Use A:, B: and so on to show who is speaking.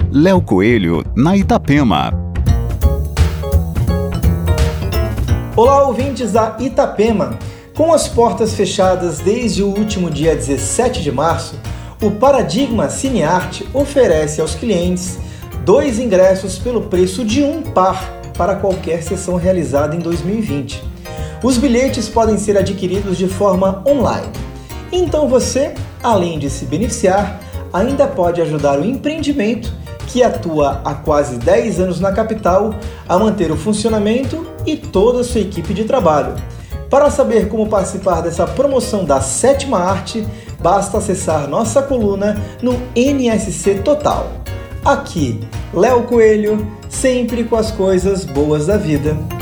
A: Léo Coelho, na Itapema.
B: Olá, ouvintes da Itapema. Com as portas fechadas desde o último dia 17 de março, o Paradigma Cinearte oferece aos clientes 2 ingressos pelo preço de um par para qualquer sessão realizada em 2020. Os bilhetes podem ser adquiridos de forma online. Então você, além de se beneficiar, ainda pode ajudar o empreendimento que atua há quase 10 anos na capital a manter o funcionamento e toda a sua equipe de trabalho. Para saber como participar dessa promoção da Sétima Arte, basta acessar nossa coluna no NSC Total. Aqui, Léo Coelho, sempre com as coisas boas da vida.